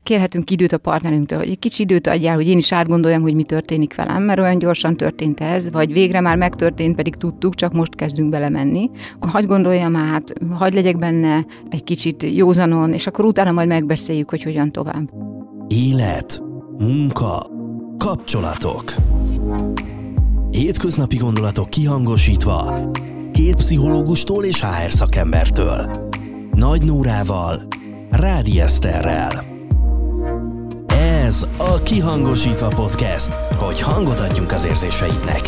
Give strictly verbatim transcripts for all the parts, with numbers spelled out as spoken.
kérhetünk időt a partnerünktől, hogy egy kicsi időt adjál, hogy én is átgondoljam, hogy mi történik velem, mert olyan gyorsan történt ez, vagy végre már megtörtént, pedig tudtuk, csak most kezdünk belemenni. Hadd gondoljam át, hadd legyek benne egy kicsit józanon, és akkor utána majd megbeszéljük, hogy hogyan tovább. Élet, munka, kapcsolatok. Hétköznapi gondolatok kihangosítva, két pszichológustól és há er szakembertől. Nagy Nórával, Rádi Eszterrel. Ez a Kihangosítva Podcast, hogy hangot adjunk az érzéseidnek.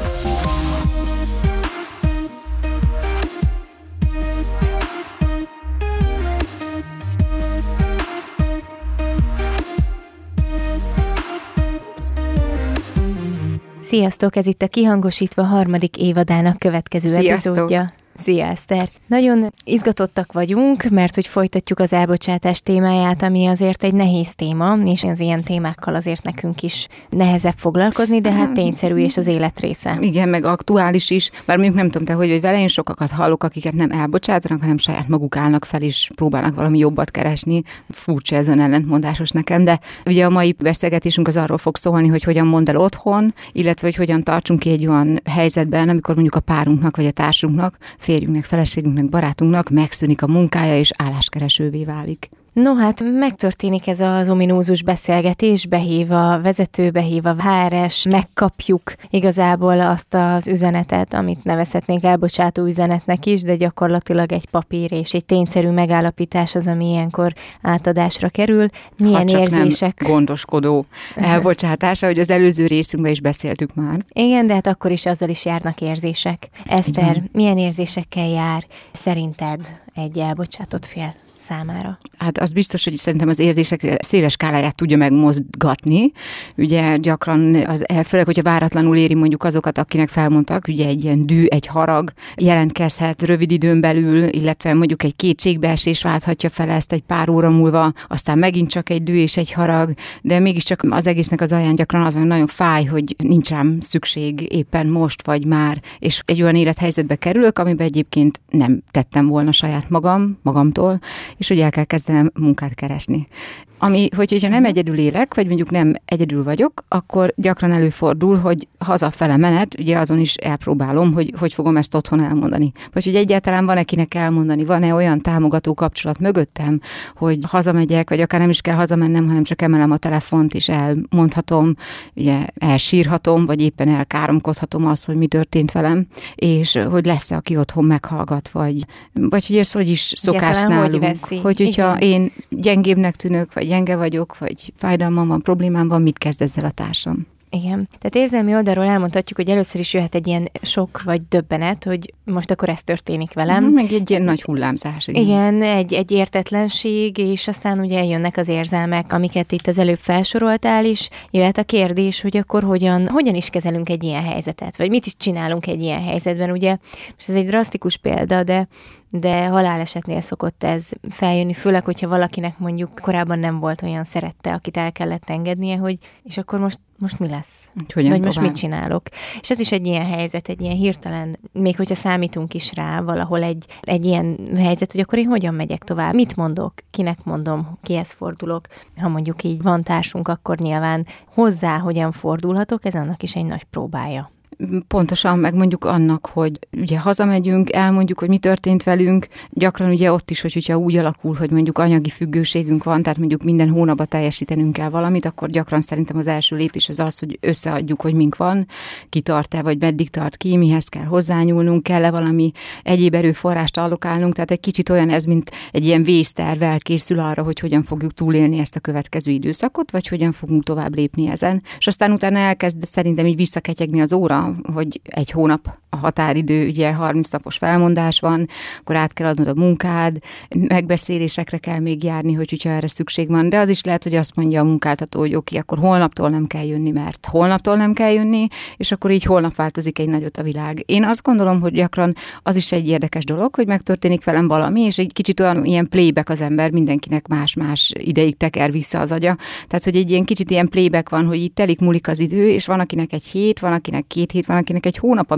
Sziasztok, ez itt a Kihangosítva harmadik évadának következő Sziasztok. epizódja. Szia, Eszter! Nagyon izgatottak vagyunk, mert hogy folytatjuk az elbocsátás témáját, ami azért egy nehéz téma, és az ilyen témákkal azért nekünk is nehezebb foglalkozni, de hát tényszerű és az élet része. Igen, meg aktuális is, bár mondjuk nem tudom te, hogy vagy vele, én sokakat hallok, akiket nem elbocsátanak, hanem saját maguk állnak fel, és próbálnak valami jobbat keresni. Furcsa, ez ellentmondásos nekem, de ugye a mai beszélgetésünk az arról fog szólni, hogy hogyan mondd el otthon, illetve hogy hogyan tartsunk ki egy olyan helyzetben, amikor mondjuk a párunknak vagy a társunknak, férjünknek, feleségünknek, barátunknak megszűnik a munkája, és álláskeresővé válik. No hát megtörténik ez az ominózus beszélgetés, behív a vezető, behív a há er es, megkapjuk igazából azt az üzenetet, amit nevezhetnénk elbocsátó üzenetnek is, de gyakorlatilag egy papír és egy tényszerű megállapítás az, ami ilyenkor átadásra kerül. Milyen ha csak érzések? Nem gondoskodó elbocsátása, hogy az előző részünkben is beszéltük már. Igen, de hát akkor is azzal is járnak érzések. Eszter, igen. Milyen érzésekkel jár szerinted egy elbocsátott fél számára? Hát az biztos, hogy szerintem az érzések széles skáláját tudja megmozgatni. Ugye gyakran, az, főleg, hogyha váratlanul éri mondjuk azokat, akinek felmondtak, ugye egy ilyen dű, egy harag jelentkezhet rövid időn belül, illetve mondjuk egy kétségbeesés válthatja fel ezt egy pár óra múlva, aztán megint csak egy dű és egy harag, de mégiscsak az egésznek az alján gyakran az, hogy nagyon fáj, hogy nincs rám szükség éppen most vagy már, és egy olyan élethelyzetbe kerülök, amiben egyébként nem tettem volna saját magam, magamtól, és hogy el kell kezdenem munkát keresni. Ami, hogy, hogyha nem egyedül élek, vagy mondjuk nem egyedül vagyok, akkor gyakran előfordul, hogy hazafele menet, ugye azon is elpróbálom, hogy hogy fogom ezt otthon elmondani. Vagy hogy egyáltalán van-e kinek elmondani, van-e olyan támogató kapcsolat mögöttem, hogy hazamegyek, vagy akár nem is kell hazamennem, hanem csak emelem a telefont, és elmondhatom, ugye elsírhatom, vagy éppen elkáromkodhatom azt, hogy mi történt velem, és hogy lesz-e, aki otthon meghallgat, vagy, vagy hogy ez hogy is szokás nálunk. Hogy veszi. Hogy, hogyha Igen. én gyengébbnek tűnök, vagy gyenge vagyok, vagy fájdalmam van, problémám van, mit kezd ezzel a társam? Igen. Tehát érzelmi oldalról elmondhatjuk, hogy először is jöhet egy ilyen sok vagy döbbenet, hogy most akkor ez történik velem. Meg egy ilyen nagy hullámzás. Igen, igen egy, egy értetlenség, és aztán ugye jönnek az érzelmek, amiket itt az előbb felsoroltál is. Jöhet a kérdés, hogy akkor hogyan, hogyan is kezelünk egy ilyen helyzetet, vagy mit is csinálunk egy ilyen helyzetben. Ugye most ez egy drasztikus példa, de de halálesetnél szokott ez feljönni, főleg, hogyha valakinek mondjuk korábban nem volt olyan szerette, akit el kellett engednie, hogy és akkor most, most mi lesz? Hogyan Vagy tovább? Most mit csinálok? És ez is egy ilyen helyzet, egy ilyen hirtelen, még hogyha számítunk is rá valahol egy, egy ilyen helyzet, hogy akkor én hogyan megyek tovább? Mit mondok? Kinek mondom? Kihez fordulok? Ha mondjuk így van társunk, akkor nyilván hozzá hogyan fordulhatok, ez annak is egy nagy próbája. Pontosan, meg mondjuk annak, hogy ugye hazamegyünk, elmondjuk, hogy mi történt velünk, gyakran ugye ott is, hogy, hogyha úgy alakul, hogy mondjuk anyagi függőségünk van, tehát mondjuk minden hónapban teljesítenünk kell valamit, akkor gyakran szerintem az első lépés az az, hogy összeadjuk, hogy mink van, ki tart-e, vagy meddig tart ki, mihez kell hozzányúlnunk, kell-e valami egyéb erőforrást allokálnunk, tehát egy kicsit olyan ez, mint egy ilyen vészterv elkészül arra, hogy hogyan fogjuk túlélni ezt a következő időszakot, vagy hogyan fogunk tovább lépni ezen. És aztán utána elkezd szerintem így visszaketyegni az óra, hogy egy hónap a határidő, ugye harminc napos felmondás van, akkor át kell adnod a munkád, megbeszélésekre kell még járni, hogy hogyha erre szükség van, de az is lehet, hogy azt mondja a munkáltató, hogy oké, akkor holnaptól nem kell jönni, mert holnaptól nem kell jönni, és akkor így holnap változik egy nagyot a világ. Én azt gondolom, hogy gyakran az is egy érdekes dolog, hogy megtörténik velem valami, és egy kicsit olyan ilyen playback az ember, mindenkinek más-más ideig teker vissza az agya. Tehát, hogy egy ilyen kicsit ilyen playback van, hogy így telik múlik az idő, és van akinek egy hét, van akinek két hét, van akinek egy hónap, amíg lecsapódik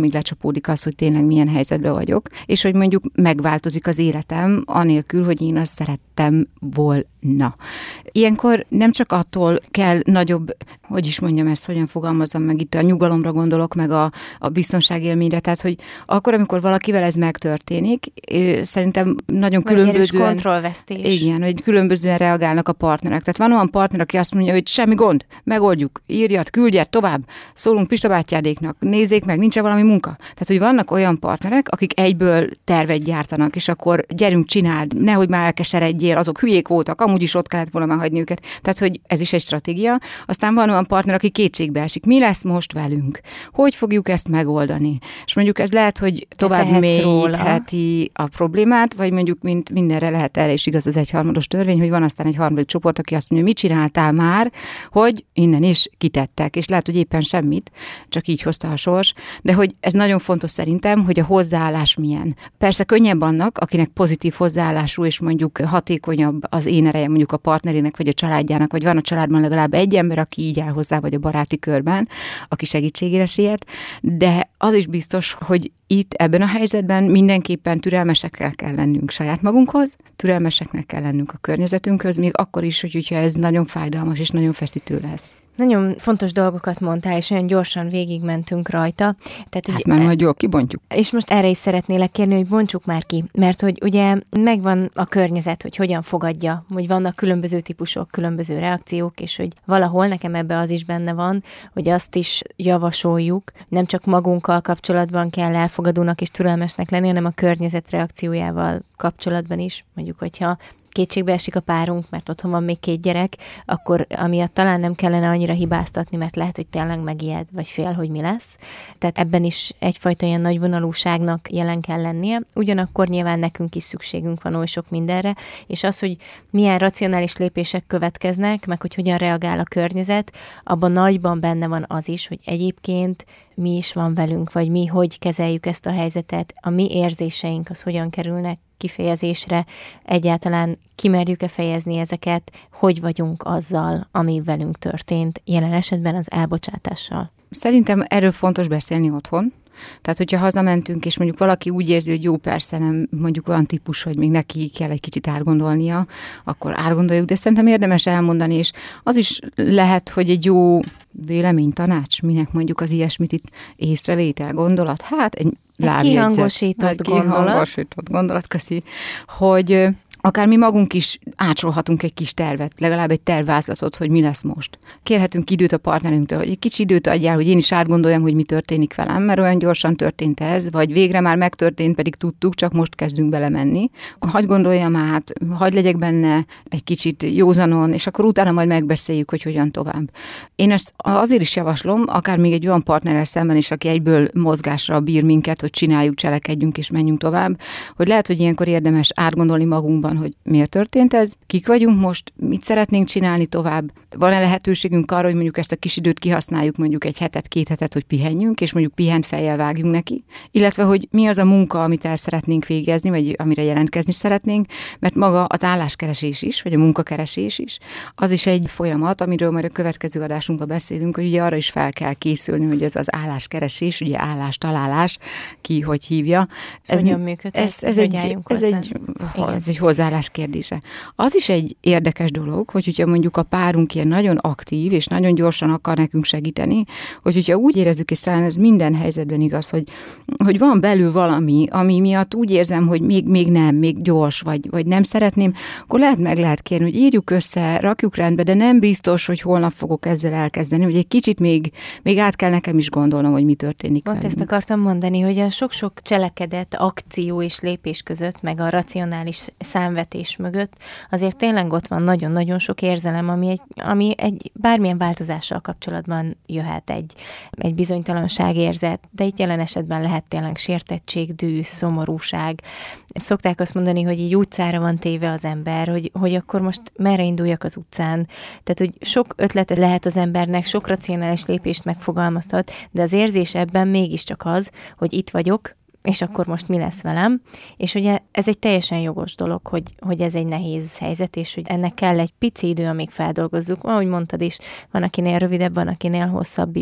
lecsapódik az, hogy tényleg milyen helyzetben vagyok, és hogy mondjuk megváltozik az életem, anélkül, hogy én azt szerettem volna. Ilyenkor nem csak attól kell nagyobb, hogy is mondjam ezt, hogyan fogalmazom meg, itt a nyugalomra gondolok, meg a, a biztonságélményre, tehát, hogy akkor, amikor valakivel ez megtörténik, szerintem nagyon vagy különbözően... kontrollvesztés. Igen, hogy különbözően reagálnak a partnerek. Tehát van olyan partner, aki azt mondja, hogy semmi gond, megoldjuk, írjad, küldjed tovább, szólunk Pista bátyádéknak, nézzék meg, nincs valami munka. Tehát, hogy vannak olyan partnerek, akik egyből tervet gyártanak, és akkor gyerünk, csináld, nehogy már elkeseredjél, azok hülyék voltak, amúgy is ott kellett volna már hagyni őket. Tehát, hogy ez is egy stratégia. Aztán van olyan partner, aki kétségbe esik. Mi lesz most velünk? Hogy fogjuk ezt megoldani? És mondjuk ez lehet, hogy tovább mélyítheti a problémát, vagy mondjuk mint mindenre lehet, erre is igaz az egyharmados törvény, hogy van aztán egy harmadik csoport, aki azt mondja, mit csináltál már, hogy innen is kitettek, és lehet, hogy éppen semmit, csak így hozta a sors, de hogy ez nagyon fontos szerintem, hogy a hozzáállás milyen. Persze könnyebb annak, akinek pozitív hozzáállású, és mondjuk hatékonyabb az én ereje mondjuk a partnerének, vagy a családjának, vagy van a családban legalább egy ember, aki így áll hozzá, vagy a baráti körben, aki segítségére siet, de az is biztos, hogy itt ebben a helyzetben mindenképpen türelmesekkel kell lennünk saját magunkhoz, türelmeseknek kell lennünk a környezetünkhöz, még akkor is, hogy hogyha ez nagyon fájdalmas és nagyon feszítő lesz. Nagyon fontos dolgokat mondtál, és olyan gyorsan végigmentünk rajta. Tehát, hát már majd jól kibontjuk. És most erre is szeretnélek kérni, hogy bontsuk már ki, mert hogy ugye megvan a környezet, hogy hogyan fogadja, hogy vannak különböző típusok, különböző reakciók, és hogy valahol nekem ebbe az is benne van, hogy azt is javasoljuk, nem csak magunkkal kapcsolatban kell elfogadónak és türelmesnek lenni, hanem a környezet reakciójával kapcsolatban is. Mondjuk, hogyha kétségbe esik a párunk, mert otthon van még két gyerek, akkor amiatt talán nem kellene annyira hibáztatni, mert lehet, hogy tényleg megijed, vagy fél, hogy mi lesz. Tehát ebben is egyfajta ilyen nagyvonalúságnak jelen kell lennie. Ugyanakkor nyilván nekünk is szükségünk van oly sok mindenre, és az, hogy milyen racionális lépések következnek, meg hogy hogyan reagál a környezet, abban nagyban benne van az is, hogy egyébként mi is van velünk, vagy mi hogy kezeljük ezt a helyzetet, a mi érzéseink az hogyan kerülnek kifejezésre, egyáltalán kimerjük-e fejezni ezeket, hogy vagyunk azzal, ami velünk történt, jelen esetben az elbocsátással. Szerintem erről fontos beszélni otthon. Tehát, hogyha hazamentünk, és mondjuk valaki úgy érzi, hogy jó, persze nem mondjuk olyan típus, hogy még neki kell egy kicsit átgondolnia, akkor átgondoljuk, de szerintem érdemes elmondani, és az is lehet, hogy egy jó vélemény, tanács, minek mondjuk az ilyesmit itt észrevétel, gondolat, hát egy lábjegyzet. Egy kihangosított gondolat. Kihangosított gondolat, köszi, hogy akár mi magunk is átsolhatunk egy kis tervet, legalább egy tervvázlatot, hogy mi lesz most. Kérhetünk időt a partnerünktől, hogy egy kicsi időt adjál, hogy én is átgondoljam, hogy mi történik velem, mert olyan gyorsan történt ez, vagy végre már megtörtént, pedig tudtuk, csak most kezdünk belemenni. Hadd gondoljam át, hadd legyek benne egy kicsit józanon, és akkor utána majd megbeszéljük, hogy hogyan tovább. Én ezt azért is javaslom, akár még egy olyan partnerrel szemben is, aki egyből mozgásra bír minket, hogy csináljuk, cselekedjünk és menjünk tovább, hogy lehet, hogy ilyenkor érdemes átgondolni magunkban, hogy miért történt ez, kik vagyunk most, mit szeretnénk csinálni tovább, van-e lehetőségünk arra, hogy mondjuk ezt a kis időt kihasználjuk, mondjuk egy hetet, két hetet, hogy pihenjünk, és mondjuk pihent fejjel vágjunk neki, illetve, hogy mi az a munka, amit el szeretnénk végezni, vagy amire jelentkezni szeretnénk, mert maga az álláskeresés is, vagy a munkakeresés is, az is egy folyamat, amiről majd a következő adásunkban beszélünk, hogy ugye arra is fel kell készülni, hogy ez az álláskeresés, ugye állástalálás, ki hogy hívja. Ez, hogyan működik? Ez, ez, egy, ez, egy, ez egy hozzáállás kérdése. Az is egy érdekes dolog, hogy hogyha mondjuk a párunk ilyen nagyon aktív, és nagyon gyorsan akar nekünk segíteni, hogy hogyha úgy érezzük, és talán ez minden helyzetben igaz, hogy, hogy van belül valami, ami miatt úgy érzem, hogy még, még nem, még gyors, vagy, vagy nem szeretném, akkor lehet meg lehet kérni, hogy írjuk össze, rakjuk rendbe, de nem biztos, hogy holnap fogok ezzel elkezdeni, hogy egy kicsit még, még át kell nekem is gondolnom, hogy mi történik. Pont velünk. Ezt akartam mondani, hogy a sok-sok cselekedet, akció és lépés között, meg a racionális számvetés mögött azért tényleg ott van nagyon-nagyon sok érzelem, ami egy, ami egy bármilyen változással kapcsolatban jöhet, egy, egy bizonytalanságérzet, de itt jelen esetben lehet tényleg sértettség, dű, szomorúság. Szokták azt mondani, hogy így utcára van téve az ember, hogy, hogy akkor most merre induljak az utcán. Tehát, hogy sok ötlete lehet az embernek, sok racionális lépést megfogalmazhat, de az érzés ebben mégiscsak az, hogy itt vagyok, és akkor most mi lesz velem, és ugye ez egy teljesen jogos dolog, hogy, hogy ez egy nehéz helyzet, és hogy ennek kell egy pici idő, amíg feldolgozzuk. Ahogy mondtad is, van akinél rövidebb, van akinél hosszabb idő.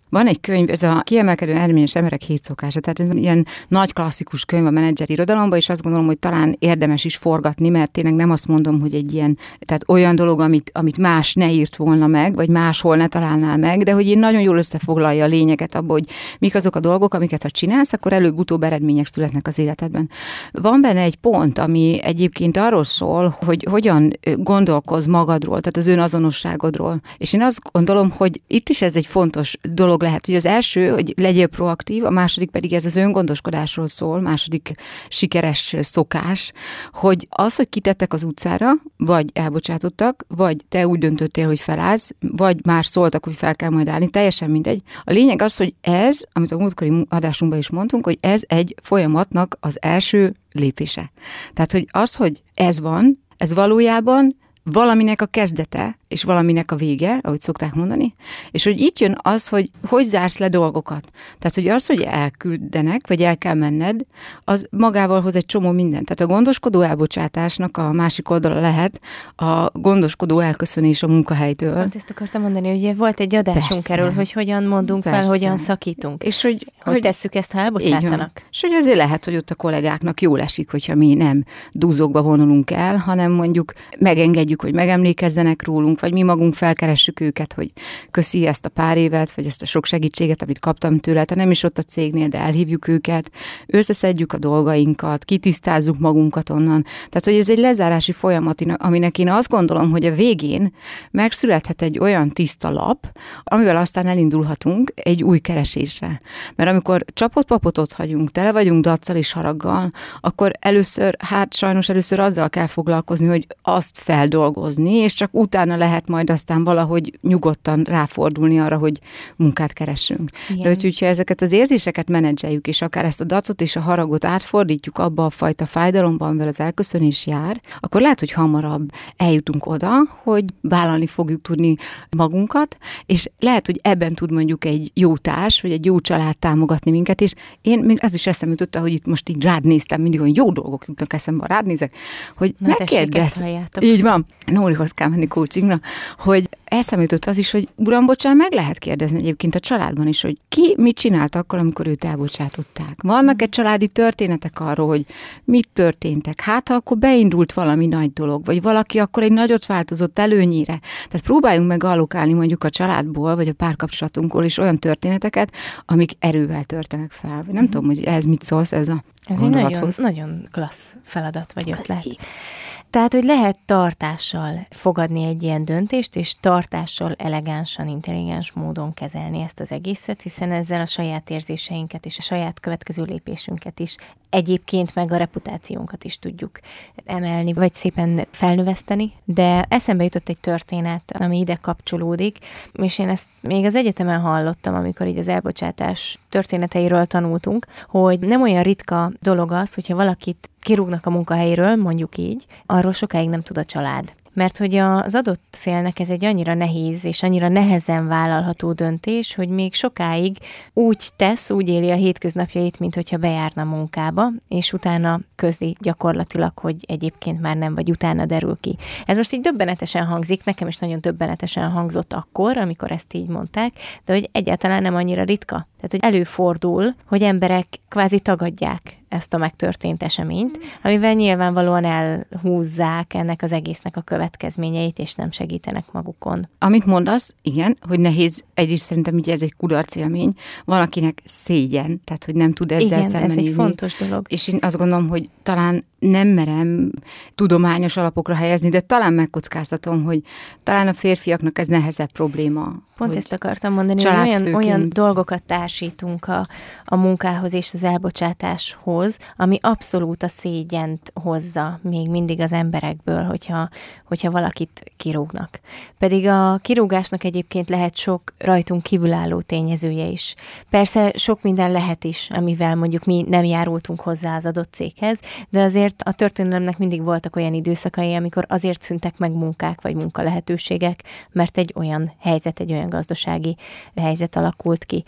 Van egy könyv, ez a Kiemelkedő eredményes emberek hét szokása, tehát ez ilyen nagy klasszikus könyv a menedzser irodalomban, és azt gondolom, hogy talán érdemes is forgatni, mert tényleg nem azt mondom, hogy egy ilyen, tehát olyan dolog, amit, amit más ne írt volna meg, vagy máshol ne találnál meg, de hogy én nagyon jól összefoglalja a lényeget abból, hogy mik azok a dolgok, amiket ha csinálsz, akkor előbb-utóbb eredmények születnek az életedben. Van benne egy pont, ami egyébként arról szól, hogy hogyan gondolkozz magadról, tehát az önazonosságodról. És én azt gondolom, hogy itt is ez egy fontos dolog lehet, hogy az első, hogy legyél proaktív, a második pedig ez az öngondoskodásról szól, második sikeres szokás, hogy az, hogy kitettek az utcára, vagy elbocsátottak, vagy te úgy döntöttél, hogy felállsz, vagy már szóltak, hogy fel kell majd állni, teljesen mindegy. A lényeg az, hogy ez, amit a múltkori adásunkban is mondtunk, hogy ez egy folyamatnak az első lépése. Tehát, hogy az, hogy ez van, ez valójában valaminek a kezdete, és valaminek a vége, ahogy szokták mondani, és hogy itt jön az, hogy hogy zársz le dolgokat. Tehát, hogy az, hogy elküldenek, vagy el kell menned, az magával hoz egy csomó mindent. Tehát a gondoskodó elbocsátásnak a másik oldala lehet a gondoskodó elköszönés a munkahelytől. Pont ezt akartam mondani, hogy ugye volt egy adásunk erről, hogy hogyan mondunk Persze. fel, hogyan szakítunk. És hogy, hogy, hogy tesszük ezt, ha elbocsátanak. És hogy azért lehet, hogy ott a kollégáknak jól esik, hogyha mi nem dúzokba vonulunk el, hanem mondjuk megengedjük, hogy megemlékezzenek rólunk, vagy mi magunk felkeressük őket, hogy köszi ezt a pár évet, vagy ezt a sok segítséget, amit kaptam tőle, ha nem is ott a cégnél, de elhívjuk őket, összeszedjük a dolgainkat, kitisztázzuk magunkat onnan. Tehát, hogy ez egy lezárási folyamat, aminek én azt gondolom, hogy a végén megszülethet egy olyan tiszta lap, amivel aztán elindulhatunk egy új keresésre. Mert amikor csapott papot ott hagyunk, tele vagyunk daccal és haraggal, akkor először, hát sajnos először azzal kell foglalkozni, hogy azt feldolgozni, és csak utána lehet majd aztán valahogy nyugodtan ráfordulni arra, hogy munkát keressünk. Igen. De hogyha ezeket az érzéseket menedzseljük, és akár ezt a dacot és a haragot átfordítjuk abba a fajta fájdalomban, amivel az elköszönés jár, akkor lehet, hogy hamarabb eljutunk oda, hogy vállalni fogjuk tudni magunkat, és lehet, hogy ebben tud mondjuk egy jó társ, vagy egy jó család támogatni minket, és én még az is eszembe jutott, hogy itt most így rád néztem, mindig olyan jó dolgok jutnak eszembe, rád nézek, hogy megkérdez. Így van. Nórihoz kell menni coachingra, hogy eszembe jutott az is, hogy uram, bocsán, meg lehet kérdezni egyébként a családban is, hogy ki mit csinált akkor, amikor őt elbocsátották. Vannak-e családi történetek arról, hogy mit történtek? Hát, ha akkor beindult valami nagy dolog, vagy valaki akkor egy nagyot változott előnyére. Tehát próbáljunk meg allokálni mondjuk a családból, vagy a párkapcsolatunkból is olyan történeteket, amik erővel történnek fel. Nem mm-hmm. tudom, hogy ez mit szólsz, ez a Ez egy nagyon, nagyon klassz feladat vagy ötlet. Tehát, hogy lehet tartással fogadni egy ilyen döntést, és tartással elegánsan, intelligens módon kezelni ezt az egészet, hiszen ezzel a saját érzéseinket és a saját következő lépésünket is, egyébként meg a reputációnkat is tudjuk emelni, vagy szépen felnöveszteni. De eszembe jutott egy történet, ami ide kapcsolódik, és én ezt még az egyetemen hallottam, amikor így az elbocsátás történeteiről tanultunk, hogy nem olyan ritka dolog az, hogyha valakit kirúgnak a munkahelyről, mondjuk így, arról sokáig nem tud a család. Mert hogy az adott félnek ez egy annyira nehéz és annyira nehezen vállalható döntés, hogy még sokáig úgy tesz, úgy éli a hétköznapjait, mint hogyha bejárna munkába, és utána közli gyakorlatilag, hogy egyébként már nem, vagy utána derül ki. Ez most így döbbenetesen hangzik, nekem is nagyon döbbenetesen hangzott akkor, amikor ezt így mondták, de hogy egyáltalán nem annyira ritka. Tehát, hogy előfordul, hogy emberek kvázi tagadják ezt a megtörtént eseményt, amivel nyilvánvalóan elhúzzák ennek az egésznek a következményeit, és nem segítenek magukon. Amit mondasz, igen, hogy nehéz, egyrészt szerintem ugye ez egy kudarc élmény, van akinek szégyen, tehát hogy nem tud ezzel szembenézni. Igen, ez egy fontos dolog. És én azt gondolom, hogy talán nem merem tudományos alapokra helyezni, de talán megkockáztatom, hogy talán a férfiaknak ez nehezebb probléma. Pont ezt akartam mondani, hogy olyan, olyan dolgokat társítunk a, a munkához és az elbocsátáshoz, ami abszolút a szégyent hozza még mindig az emberekből, hogyha, hogyha valakit kirúgnak. Pedig a kirúgásnak egyébként lehet sok rajtunk kívülálló tényezője is. Persze sok minden lehet is, amivel mondjuk mi nem járultunk hozzá az adott céghez, de azért a történelemnek mindig voltak olyan időszakai, amikor azért szűntek meg munkák vagy munkalehetőségek, mert egy olyan helyzet, egy olyan gazdasági helyzet alakult ki.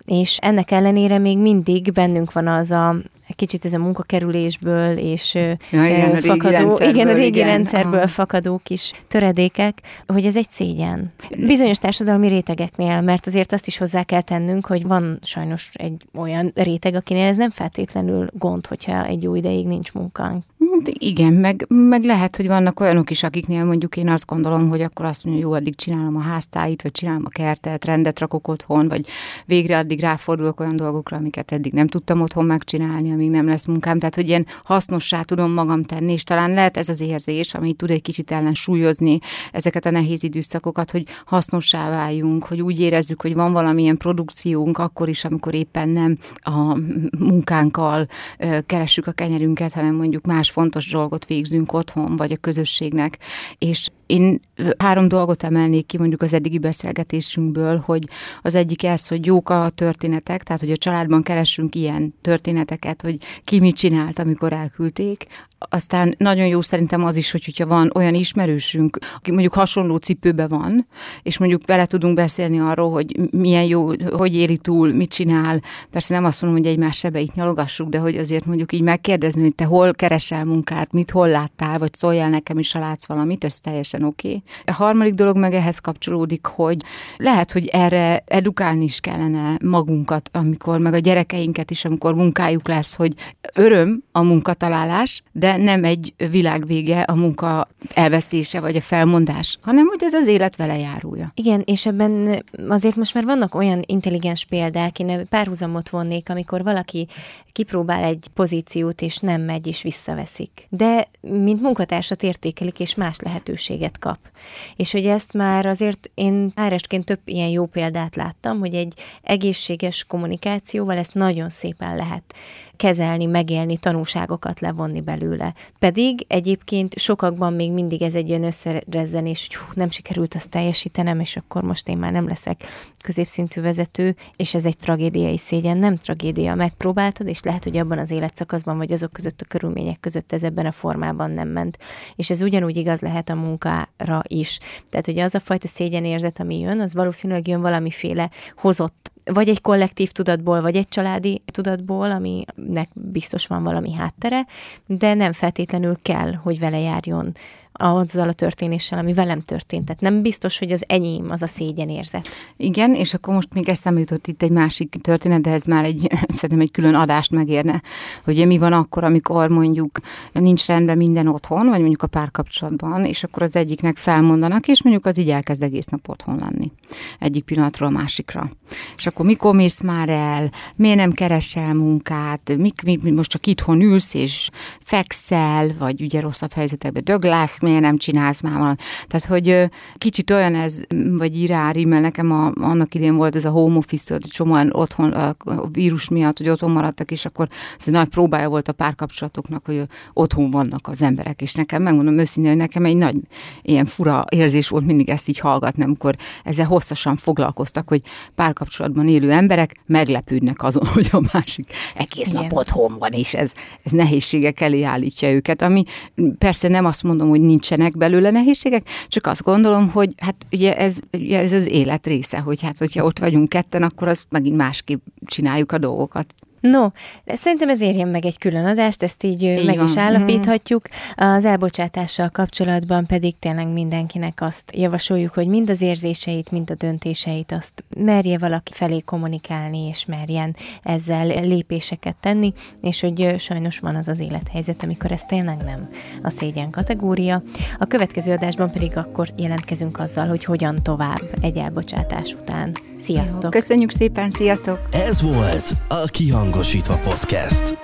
És ennek ellenére még mindig bennünk van az a kicsit ez a munkakerülésből és ja, igen, fakadó, a igen, a régi igen. rendszerből Aha. fakadó kis töredékek, hogy ez egy szégyen. Bizonyos társadalmi rétegeknél, mert azért azt is hozzá kell tennünk, hogy van sajnos egy olyan réteg, akinél ez nem feltétlenül gond, hogyha egy jó ideig nincs munkánk. Igen, meg, meg lehet, hogy vannak olyanok is, akiknél mondjuk én azt gondolom, hogy akkor azt mondja, jó, addig csinálom a háztáit, vagy csinálom a kertet, rendet rakok otthon, vagy végre addig ráfordulok olyan dolgokra, amiket eddig nem tudtam otthon megcsinálni, amíg nem lesz munkám. Tehát, hogy ilyen hasznossá tudom magam tenni, és talán lehet ez az érzés, ami tud egy kicsit ellensúlyozni ezeket a nehéz időszakokat, hogy hasznossá váljunk, hogy úgy érezzük, hogy van valamilyen produkciónk akkor is, amikor éppen nem a munkánkkal keressük a kenyerünket, hanem mondjuk más fontos dolgot végzünk otthon, vagy a közösségnek. És én három dolgot emelnék ki mondjuk az eddigi beszélgetésünkből, hogy az egyik ez, hogy jók a történetek, tehát hogy a családban keressünk ilyen történeteket, hogy ki mit csinált, amikor elküldték. Aztán nagyon jó szerintem az is, hogy hogyha van olyan ismerősünk, aki mondjuk hasonló cipőben van, és mondjuk vele tudunk beszélni arról, hogy milyen jó, hogy éli túl, mit csinál. Persze nem azt mondom, hogy egymás sebeit nyalogassuk, de hogy azért mondjuk így megkérdezni, hogy te hol keresel munkát, mit hol láttál, vagy szóljál nekem is, ha látsz valamit, ez teljesen oké. Okay. A harmadik dolog meg ehhez kapcsolódik, hogy lehet, hogy erre edukálni is kellene magunkat, amikor meg a gyerekeinket is, amikor munkájuk lesz, hogy öröm a munkatalálás, de nem egy világvége a munka elvesztése vagy a felmondás, hanem hogy ez az élet vele járója. Igen, és ebben azért most már vannak olyan intelligens példák, én párhuzamot vonnék, amikor valaki kipróbál egy pozíciót, és nem megy, és visszaveszik. De mint munkatársat értékelik, és más lehetőséget kap. És hogy ezt már azért én er es-ként több ilyen jó példát láttam, hogy egy egészséges kommunikációval ezt nagyon szépen lehet kezelni, megélni, tanulságokat levonni belőle. Pedig egyébként sokakban még mindig ez egy olyan összerezzenés, hogy hú, nem sikerült azt teljesítenem, és akkor most én már nem leszek középszintű vezető, és ez egy tragédiai szégyen, nem tragédia, megpróbáltad, és lehet, hogy abban az életszakaszban, vagy azok között a körülmények között ez ebben a formában nem ment. És ez ugyanúgy igaz lehet a munkára is. Tehát, hogy az a fajta szégyenérzet, ami jön, az valószínűleg jön valamiféle hozott, vagy egy kollektív tudatból, vagy egy családi tudatból, aminek biztos van valami háttere, de nem feltétlenül kell, hogy vele járjon azzal a történéssel, ami velem történt. Tehát nem biztos, hogy az enyém, az a szégyenérzet. Igen, és akkor most még eszembe jutott itt egy másik történet, de ez már egy, szerintem egy külön adást megérne, hogy mi van akkor, amikor mondjuk nincs rendben minden otthon, vagy mondjuk a párkapcsolatban, és akkor az egyiknek felmondanak, és mondjuk az így elkezd egész nap otthon lenni. Egyik pillanatról a másikra. És akkor mikor mész már el, miért nem keresel munkát, mik, mi, most csak itthon ülsz, és fekszel, vagy ugye rosszabb helyzetekben döglász, miért nem csinálsz már valami. Tehát, hogy kicsit olyan ez, vagy írári, mert nekem a, annak idén volt ez a home office, csomóan otthon, a vírus miatt, hogy otthon maradtak, és akkor ez egy nagy próbája volt a párkapcsolatoknak, hogy otthon vannak az emberek, és nekem, megmondom őszintén, hogy nekem egy nagy ilyen fura érzés volt mindig ezt így hallgatni, amikor ezzel hosszasan foglalkoztak, hogy párkapcsolatban élő emberek meglepődnek azon, hogy a másik egész Igen. nap otthon van, és ez, ez nehézségek elé állítja őket, ami persze nem azt mondom, hogy nincsenek belőle nehézségek, csak azt gondolom, hogy hát ugye ez, ugye ez az élet része, hogy hát hogyha ott vagyunk ketten, akkor azt megint másképp csináljuk a dolgokat. No, szerintem ez érjen meg egy külön adást, ezt így, így meg van. Is állapíthatjuk. Az elbocsátással kapcsolatban pedig tényleg mindenkinek azt javasoljuk, hogy mind az érzéseit, mind a döntéseit azt merje valaki felé kommunikálni, és merjen ezzel lépéseket tenni, és hogy sajnos van az az élethelyzet, amikor ez tényleg nem a szégyen kategória. A következő adásban pedig akkor jelentkezünk azzal, hogy hogyan tovább egy elbocsátás után. Sziasztok! Jó, köszönjük szépen, sziasztok! Ez volt a Kihangosítva Podcast.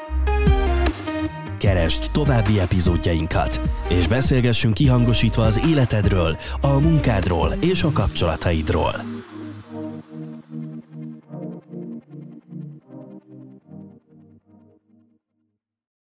Keresd további epizódjainkat, és beszélgessünk kihangosítva az életedről, a munkádról és a kapcsolataidról.